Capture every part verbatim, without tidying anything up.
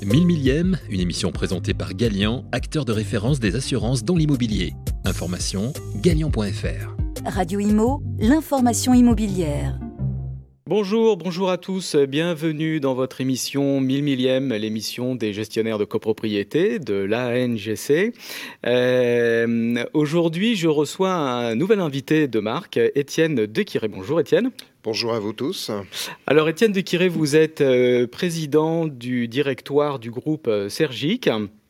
mille millième, une émission présentée par Gallian, acteur de référence des assurances dans l'immobilier. Information, gallian point f r. Radio Imo, l'information immobilière. Bonjour, bonjour à tous, bienvenue dans votre émission mille millième, l'émission des gestionnaires de copropriété de l'A N G C. Euh, aujourd'hui, je reçois un nouvel invité de marque, Étienne Dequiré. Bonjour Étienne. Bonjour à vous tous. Alors Étienne Dequiré, vous êtes euh, président du directoire du groupe euh, Sergic.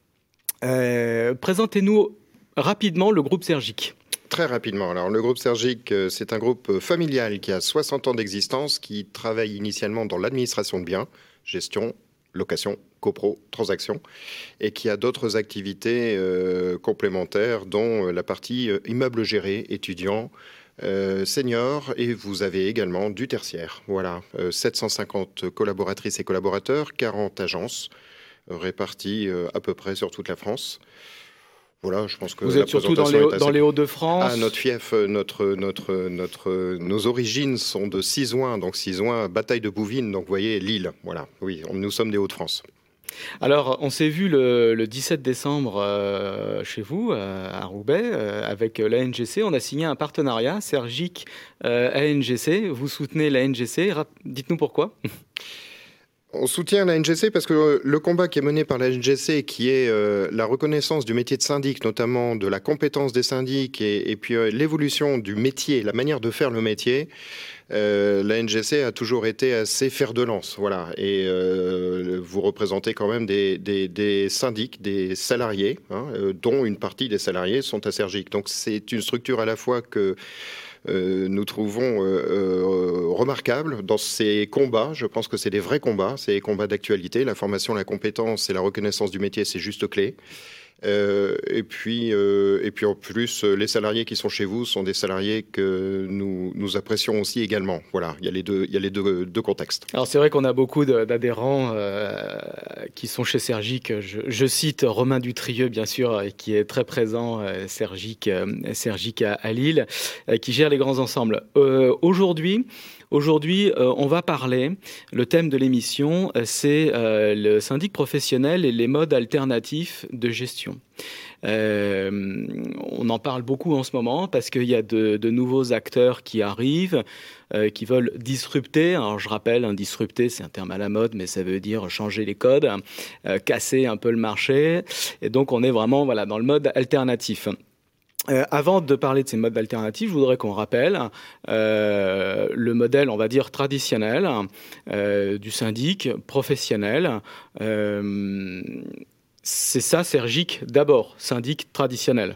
Euh, présentez-nous rapidement le groupe Sergic. Très rapidement. Alors, le groupe Sergic, c'est un groupe familial qui a soixante ans d'existence, qui travaille initialement dans l'administration de biens, gestion, location, copro, transaction, et qui a d'autres activités euh, complémentaires, dont la partie euh, immeubles gérés, étudiants, euh, seniors, et vous avez également du tertiaire. Voilà, euh, sept cent cinquante collaboratrices et collaborateurs, quarante agences euh, réparties euh, à peu près sur toute la France. Voilà, je pense que vous êtes surtout dans les, assez... dans les Hauts-de-France. Ah, notre fief, notre, notre, notre, nos origines sont de Sizouin, donc Sizouin, bataille de Bouvines, donc vous voyez Lille. Voilà, oui, nous sommes des Hauts-de-France. Alors, on s'est vu le, le dix-sept décembre euh, chez vous, euh, à Roubaix, euh, avec l'A N G C. On a signé un partenariat, Sergic euh, A N G C. Vous soutenez l'A N G C. Dites-nous pourquoi. On soutient l'A N G C parce que le combat qui est mené par l'A N G C, qui est euh, la reconnaissance du métier de syndic, notamment de la compétence des syndics et, et puis euh, l'évolution du métier, la manière de faire le métier, euh, l'A N G C a toujours été assez fer de lance. Voilà. Et euh, vous représentez quand même des, des, des syndics, des salariés, hein, euh, dont une partie des salariés sont à Sergic. Donc c'est une structure à la fois que Euh, nous trouvons euh, euh, remarquable dans ces combats. Je pense que c'est des vrais combats, c'est des combats d'actualité. La formation, la compétence et la reconnaissance du métier, c'est juste clé. Euh, et puis, euh, et puis en plus, les salariés qui sont chez vous sont des salariés que nous, nous apprécions aussi également. Voilà, il y a les deux, il y a les deux, deux contextes. Alors c'est vrai qu'on a beaucoup de, d'adhérents euh, qui sont chez Sergic. Je, je cite Romain Dutrieux, bien sûr, qui est très présent, euh, Sergic, euh, Sergic à, à Lille, euh, qui gère les grands ensembles. Euh, aujourd'hui, Aujourd'hui, euh, on va parler, le thème de l'émission, euh, c'est euh, le syndic professionnel et les modes alternatifs de gestion. Euh, on en parle beaucoup en ce moment parce qu'il y a de, de nouveaux acteurs qui arrivent, euh, qui veulent disrupter. Alors je rappelle, hein, disrupter, c'est un terme à la mode, mais ça veut dire changer les codes, euh, casser un peu le marché. Et donc on est vraiment voilà, dans le mode alternatif. Euh, avant de parler de ces modes alternatifs, je voudrais qu'on rappelle euh, le modèle, on va dire, traditionnel euh, du syndic professionnel. Euh, c'est ça, Sergic, d'abord, syndic traditionnel.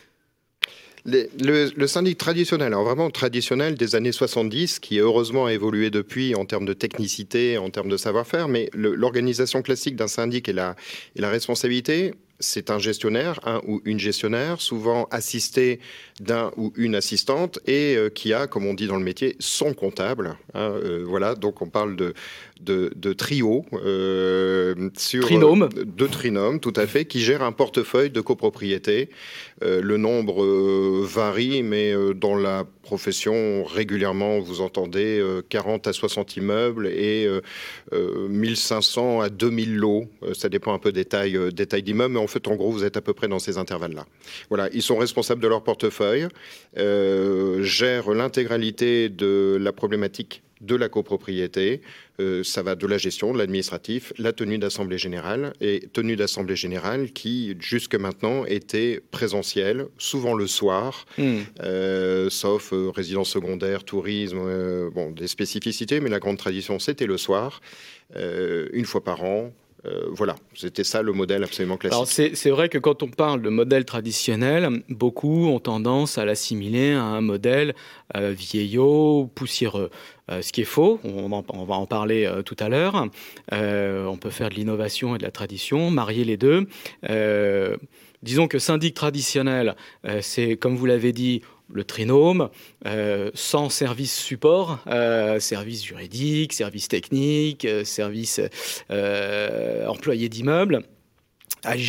Les, le, le syndic traditionnel, alors vraiment traditionnel des années soixante-dix, qui heureusement a évolué depuis en termes de technicité, en termes de savoir-faire, mais le, l'organisation classique d'un syndic et la, et la responsabilité, c'est un gestionnaire, un ou une gestionnaire, souvent assisté d'un ou une assistante, et euh, qui a, comme on dit dans le métier, son comptable. Hein, euh, voilà, donc on parle de, de, de trio, euh, sur, trinôme. Euh, de trinôme, tout à fait, qui gère un portefeuille de copropriété. Euh, le nombre euh, varie, mais euh, dans la profession, régulièrement, vous entendez euh, quarante à soixante immeubles et euh, euh, mille cinq cents à deux mille lots. Euh, ça dépend un peu des tailles, euh, des tailles d'immeubles, mais en fait, en gros, vous êtes à peu près dans ces intervalles-là. Voilà, ils sont responsables de leur portefeuille, euh, gèrent l'intégralité de la problématique de la copropriété. Euh, ça va de la gestion, de l'administratif, la tenue d'assemblée générale, et tenue d'assemblée générale qui, jusque maintenant, était présentielle, souvent le soir, mmh. euh, sauf euh, résidence secondaire, tourisme, euh, bon, des spécificités, mais la grande tradition, c'était le soir, euh, une fois par an. Euh, voilà, c'était ça le modèle absolument classique. Alors c'est, c'est vrai que quand on parle de modèle traditionnel, beaucoup ont tendance à l'assimiler à un modèle euh, vieillot, poussiéreux. Euh, ce qui est faux, on, en, on va en parler euh, tout à l'heure. Euh, on peut faire de l'innovation et de la tradition, marier les deux. Euh, disons que syndic traditionnel, euh, c'est, comme vous l'avez dit, le trinôme, euh, sans service support, euh, service juridique, service technique, euh, service euh, employé d'immeuble, âgé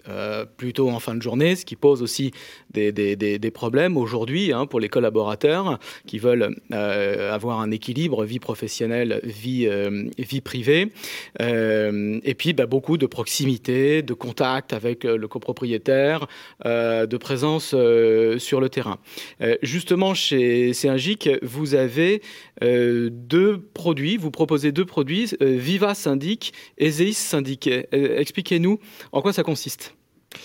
euh, plutôt en fin de journée, ce qui pose aussi des, des, des, des problèmes aujourd'hui hein, pour les collaborateurs qui veulent euh, avoir un équilibre vie professionnelle, vie, euh, vie privée. Euh, et puis bah, beaucoup de proximité, de contact avec le copropriétaire, euh, de présence euh, sur le terrain. Euh, justement, chez Syndic, vous avez euh, deux produits, vous proposez deux produits, euh, Viva Syndic et Zeis Syndic. Euh, expliquez-nous en quoi ça consiste.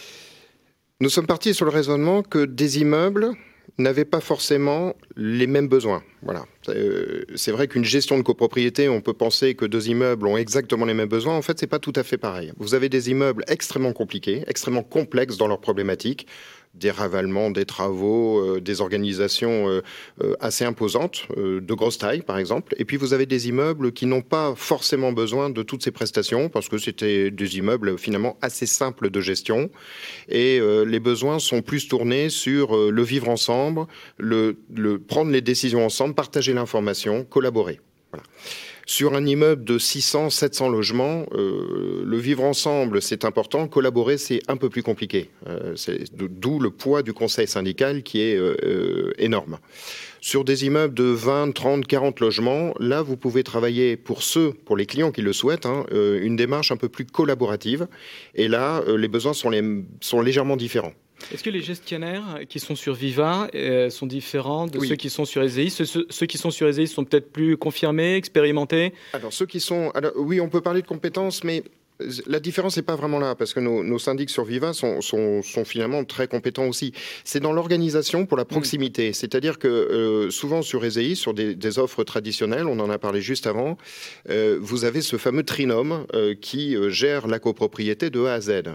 Nous sommes partis sur le raisonnement que des immeubles n'avaient pas forcément les mêmes besoins. Voilà. C'est vrai qu'une gestion de copropriété, on peut penser que deux immeubles ont exactement les mêmes besoins. En fait, c'est pas tout à fait pareil. Vous avez des immeubles extrêmement compliqués, extrêmement complexes dans leurs problématiques, des ravalements, des travaux, euh, des organisations euh, euh, assez imposantes, euh, de grosse taille par exemple. Et puis vous avez des immeubles qui n'ont pas forcément besoin de toutes ces prestations parce que c'était des immeubles finalement assez simples de gestion. Et euh, les besoins sont plus tournés sur euh, le vivre ensemble, le, le prendre les décisions ensemble, partager l'information, collaborer. Voilà. Sur un immeuble de six cents, sept cents logements, euh, le vivre ensemble, c'est important. Collaborer, c'est un peu plus compliqué. Euh, c'est d'où le poids du conseil syndical qui est euh, énorme. Sur des immeubles de vingt, trente, quarante logements, là, vous pouvez travailler pour ceux, pour les clients qui le souhaitent, hein, euh, une démarche un peu plus collaborative. Et là, euh, les besoins sont, les, sont légèrement différents. Est-ce que les gestionnaires qui sont sur Viva euh, sont différents de oui. ceux qui sont sur Ezeis ? ceux, ceux qui sont sur Ezeis sont peut-être plus confirmés, expérimentés ? Alors, ceux qui sont... Alors, oui, on peut parler de compétences, mais... La différence n'est pas vraiment là, parce que nos, nos syndics sur Viva sont, sont, sont finalement très compétents aussi. C'est dans l'organisation pour la proximité. Mmh. C'est-à-dire que euh, souvent sur Ezeis, sur des, des offres traditionnelles, on en a parlé juste avant, euh, vous avez ce fameux trinôme euh, qui euh, gère la copropriété de A à Z.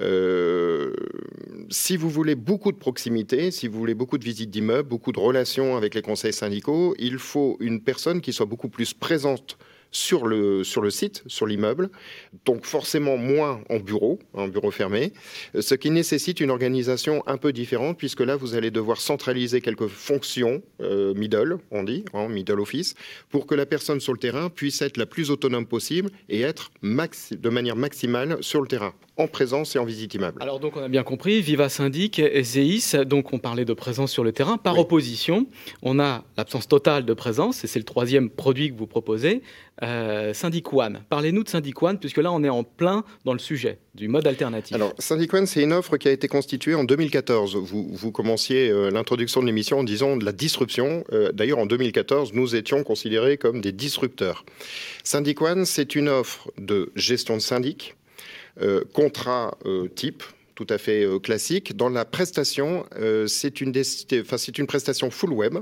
Euh, si vous voulez beaucoup de proximité, si vous voulez beaucoup de visites d'immeubles, beaucoup de relations avec les conseils syndicaux, il faut une personne qui soit beaucoup plus présente sur le, sur le site, sur l'immeuble, donc forcément moins en bureau, en bureau fermé, ce qui nécessite une organisation un peu différente, puisque là, vous allez devoir centraliser quelques fonctions, euh, middle, on dit, hein, middle office, pour que la personne sur le terrain puisse être la plus autonome possible et être max, de manière maximale sur le terrain, en présence et en visite immeuble. Alors donc on a bien compris, Viva Syndic et Zeis, donc on parlait de présence sur le terrain. Par oui. opposition, on a l'absence totale de présence, et c'est le troisième produit que vous proposez, euh, Syndic One. Parlez-nous de Syndic One, puisque là on est en plein dans le sujet du mode alternatif. Alors Syndic One, c'est une offre qui a été constituée en deux mille quatorze. Vous, vous commenciez euh, l'introduction de l'émission en disant de la disruption. Euh, d'ailleurs en deux mille quatorze, nous étions considérés comme des disrupteurs. Syndic One, c'est une offre de gestion de syndic, Euh, contrat euh, type, tout à fait euh, classique. Dans la prestation, euh, c'est une, enfin, c'est une prestation full web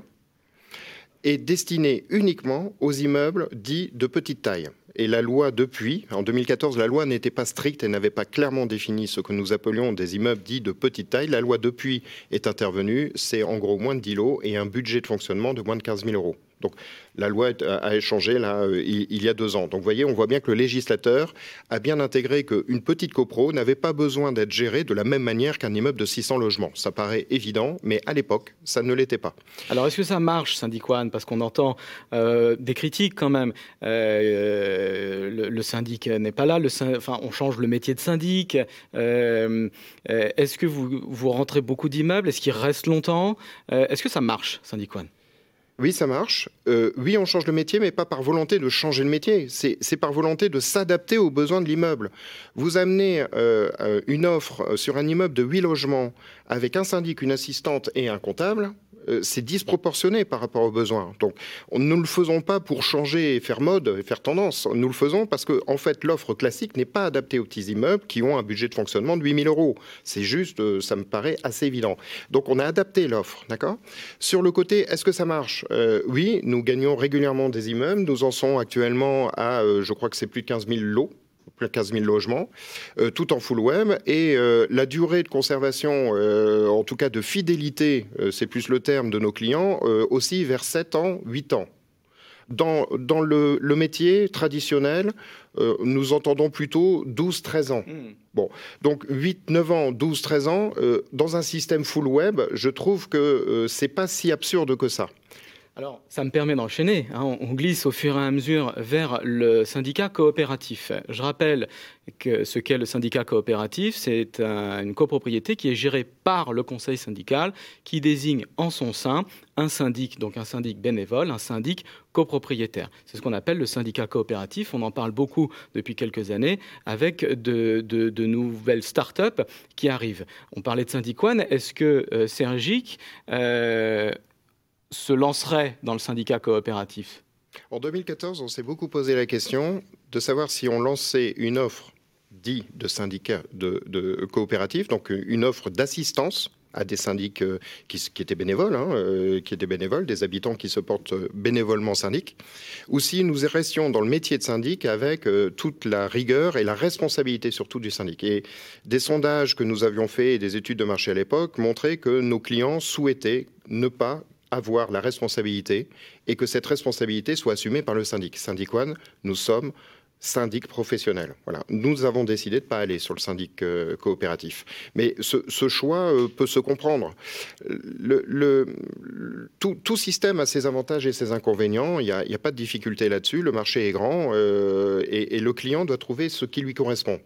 et destinée uniquement aux immeubles dits de petite taille. Et la loi, depuis, en deux mille quatorze, la loi n'était pas stricte et n'avait pas clairement défini ce que nous appelions des immeubles dits de petite taille. La loi, depuis, est intervenue. C'est en gros moins de dix lots et un budget de fonctionnement de moins de quinze mille euros. Donc la loi a échangé là, euh, il, il y a deux ans. Donc vous voyez, on voit bien que le législateur a bien intégré qu'une petite copro n'avait pas besoin d'être gérée de la même manière qu'un immeuble de six cents logements. Ça paraît évident, mais à l'époque, ça ne l'était pas. Alors est-ce que ça marche, Syndic One ? Parce qu'on entend euh, des critiques quand même. Euh, le, le syndic n'est pas là, le, enfin, on change le métier de syndic. Euh, est-ce que vous, vous rentrez beaucoup d'immeubles ? Est-ce qu'il reste longtemps ? euh, Est-ce que ça marche, Syndic One ? Oui, ça marche. Euh, oui, on change le métier, mais pas par volonté de changer le métier. C'est, c'est par volonté de s'adapter aux besoins de l'immeuble. Vous amenez euh, une offre sur un immeuble de huit logements avec un syndic, une assistante et un comptable. Euh, c'est disproportionné par rapport aux besoins. Donc, on, nous ne le faisons pas pour changer et faire mode et faire tendance. Nous le faisons parce que, en fait, l'offre classique n'est pas adaptée aux petits immeubles qui ont un budget de fonctionnement de huit mille euros. C'est juste, euh, ça me paraît assez évident. Donc, on a adapté l'offre, d'accord ? Sur le côté, est-ce que ça marche ? euh, Oui, nous gagnons régulièrement des immeubles. Nous en sommes actuellement à, euh, je crois que c'est plus de quinze mille lots. Plus de quinze mille logements, euh, tout en full web. Et euh, la durée de conservation, euh, en tout cas de fidélité, euh, c'est plus le terme de nos clients, euh, aussi vers sept ans, huit ans. Dans, dans le, le métier traditionnel, euh, nous entendons plutôt douze treize ans. Mmh. Bon, donc huit neuf ans, douze treize ans, euh, dans un système full web, je trouve que euh, c'est pas si absurde que ça. Alors, ça me permet d'enchaîner. Hein, on glisse au fur et à mesure vers le syndicat coopératif. Je rappelle que ce qu'est le syndicat coopératif, c'est un, une copropriété qui est gérée par le conseil syndical, qui désigne en son sein un syndic, donc un syndic bénévole, un syndic copropriétaire. C'est ce qu'on appelle le syndicat coopératif. On en parle beaucoup depuis quelques années avec de, de, de nouvelles start-up qui arrivent. On parlait de Syndic One. Est-ce que euh, Sergic euh, se lancerait dans le syndicat coopératif ? En deux mille quatorze, on s'est beaucoup posé la question de savoir si on lançait une offre dite de syndicat de, de coopératif, donc une offre d'assistance à des syndics euh, qui, qui étaient bénévoles, hein, euh, qui étaient bénévoles, des habitants qui se portent bénévolement syndic, ou si nous restions dans le métier de syndic avec euh, toute la rigueur et la responsabilité surtout du syndic. Et des sondages que nous avions faits et des études de marché à l'époque montraient que nos clients souhaitaient ne pas avoir la responsabilité et que cette responsabilité soit assumée par le syndic. Syndic One, nous sommes syndic professionnel. Voilà. Nous avons décidé de ne pas aller sur le syndic euh, coopératif. Mais ce, ce choix euh, peut se comprendre. Le, le, le, tout, tout système a ses avantages et ses inconvénients. Il n'y a, a pas de difficulté là-dessus. Le marché est grand euh, et, et le client doit trouver ce qui lui correspond.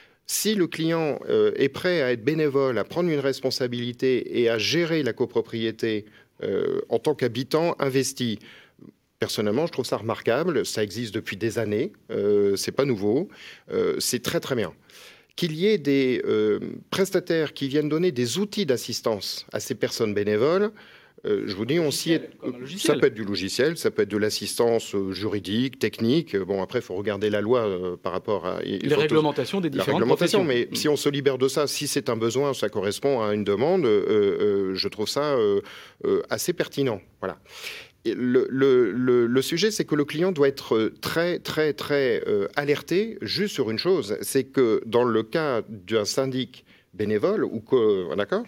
Si le client euh, est prêt à être bénévole, à prendre une responsabilité et à gérer la copropriété euh, en tant qu'habitant investi, personnellement, je trouve ça remarquable. Ça existe depuis des années. Euh, c'est pas nouveau. Euh, c'est très, très bien. Qu'il y ait des euh, prestataires qui viennent donner des outils d'assistance à ces personnes bénévoles, euh, je vous dis, on s'y est. Ça peut être du logiciel, ça peut être de l'assistance juridique, technique. Bon, après, il faut regarder la loi euh, par rapport à. Les réglementations des différentes réglementation, professions. Mais si on se libère de ça, si c'est un besoin, ça correspond à une demande, euh, euh, je trouve ça euh, euh, assez pertinent. Voilà. Le, le, le, le sujet, c'est que le client doit être très, très, très euh, alerté juste sur une chose, c'est que dans le cas d'un syndic bénévole, ou que, d'accord,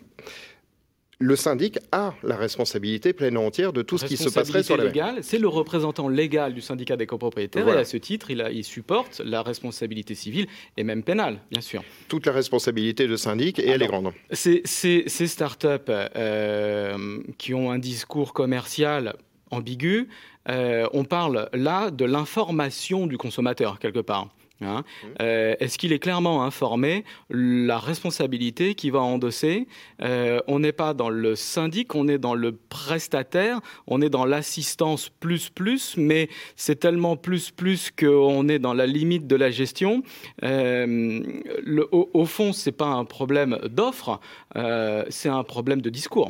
le syndic a la responsabilité pleine et entière de tout ce qui se passerait sur la légale. C'est le représentant légal du syndicat des copropriétaires voilà. Et à ce titre, il, a, il supporte la responsabilité civile et même pénale, bien sûr. Toute la responsabilité de syndic et Alors, elle est grande. Ces, ces, ces startups euh, qui ont un discours commercial ambigu, euh, on parle là de l'information du consommateur, quelque part. Hein. Mmh. Euh, est-ce qu'il est clairement informé la responsabilité qu'il va endosser? euh, On n'est pas dans le syndic, on est dans le prestataire, on est dans l'assistance plus plus, mais c'est tellement plus plus qu'on est dans la limite de la gestion. Euh, le, au, au fond, c'est pas un problème d'offre, euh, c'est un problème de discours.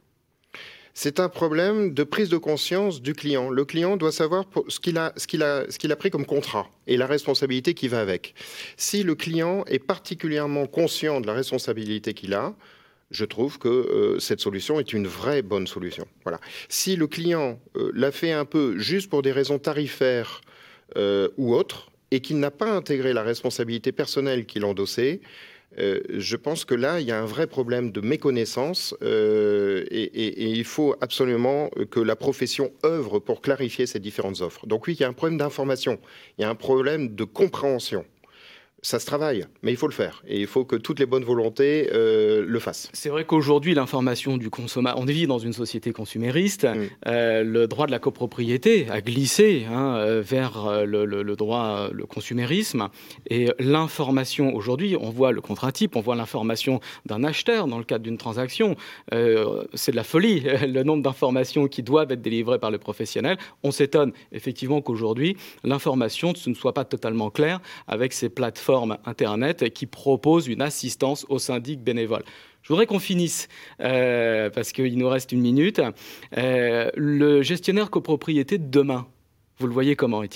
C'est un problème de prise de conscience du client. Le client doit savoir ce qu'il a, ce qu'il a, ce qu'il a pris comme contrat et la responsabilité qui va avec. Si le client est particulièrement conscient de la responsabilité qu'il a, je trouve que euh, cette solution est une vraie bonne solution. Voilà. Si le client euh, l'a fait un peu juste pour des raisons tarifaires euh, ou autres, et qu'il n'a pas intégré la responsabilité personnelle qu'il endossait, Euh, je pense que là, il y a un vrai problème de méconnaissance euh, et, et, et il faut absolument que la profession œuvre pour clarifier ces différentes offres. Donc oui, il y a un problème d'information, il y a un problème de compréhension. Ça se travaille, mais il faut le faire. Et il faut que toutes les bonnes volontés euh, le fassent. C'est vrai qu'aujourd'hui, l'information du consommateur... On vit dans une société consumériste. Mm. Euh, le droit de la copropriété a glissé hein, vers le, le, le droit, le consumérisme. Et l'information, aujourd'hui, on voit le contrat type, on voit l'information d'un acheteur dans le cadre d'une transaction. Euh, c'est de la folie, le nombre d'informations qui doivent être délivrées par le professionnel. On s'étonne effectivement qu'aujourd'hui, l'information ne soit pas totalement claire avec ces plateformes Internet qui propose une assistance aux syndics bénévoles. Je voudrais qu'on finisse, euh, parce qu'il nous reste une minute. Euh, le gestionnaire copropriété de demain, vous le voyez comment, Étienne ?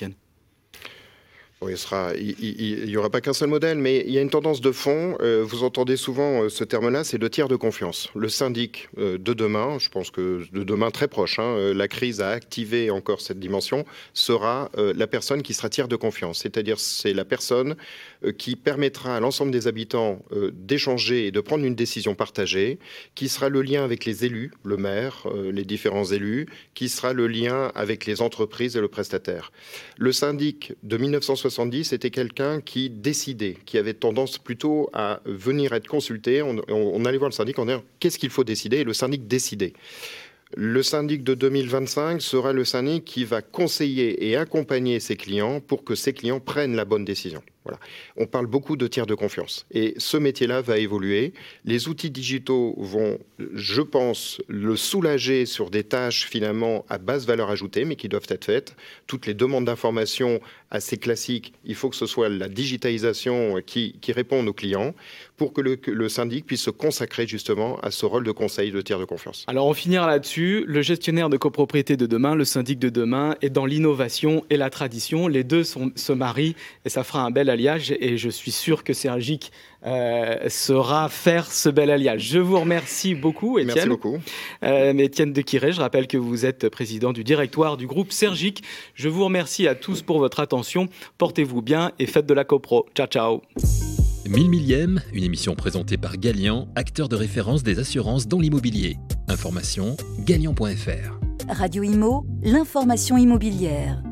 Oui, il n'y aura pas qu'un seul modèle, mais il y a une tendance de fond. Euh, vous entendez souvent euh, ce terme-là, c'est le tiers de confiance. Le syndic euh, de demain, je pense que de demain très proche, hein, euh, la crise a activé encore cette dimension, sera euh, la personne qui sera tiers de confiance. C'est-à-dire c'est la personne euh, qui permettra à l'ensemble des habitants euh, d'échanger et de prendre une décision partagée, qui sera le lien avec les élus, le maire, euh, les différents élus, qui sera le lien avec les entreprises et le prestataire. Le syndic de mille neuf cent soixante-dix était quelqu'un qui décidait, qui avait tendance plutôt à venir être consulté. On, on, on allait voir le syndic en disant qu'est-ce qu'il faut décider, et le syndic décidait. Le syndic de deux mille vingt-cinq sera le syndic qui va conseiller et accompagner ses clients pour que ses clients prennent la bonne décision. Voilà. On parle beaucoup de tiers de confiance et ce métier-là va évoluer. Les outils digitaux vont, je pense, le soulager sur des tâches finalement à basse valeur ajoutée mais qui doivent être faites. Toutes les demandes d'information assez classiques, il faut que ce soit la digitalisation qui, qui réponde aux clients pour que le, que le syndic puisse se consacrer justement à ce rôle de conseil de tiers de confiance. Alors on finira là-dessus. Le gestionnaire de copropriété de demain, le syndic de demain est dans l'innovation et la tradition. Les deux sont, se marient et ça fera un bel alliage et je suis sûr que Sergic euh, saura faire ce bel alliage. Je vous remercie beaucoup, Étienne. Merci beaucoup. Euh, Étienne Dequiré, je rappelle que vous êtes président du directoire du groupe Sergic. Je vous remercie à tous pour votre attention. Portez-vous bien et faites de la copro. Ciao, ciao. mille millième, une émission présentée par Galian, acteur de référence des assurances dans l'immobilier. Information, galian point f r. Radio Imo, l'information immobilière.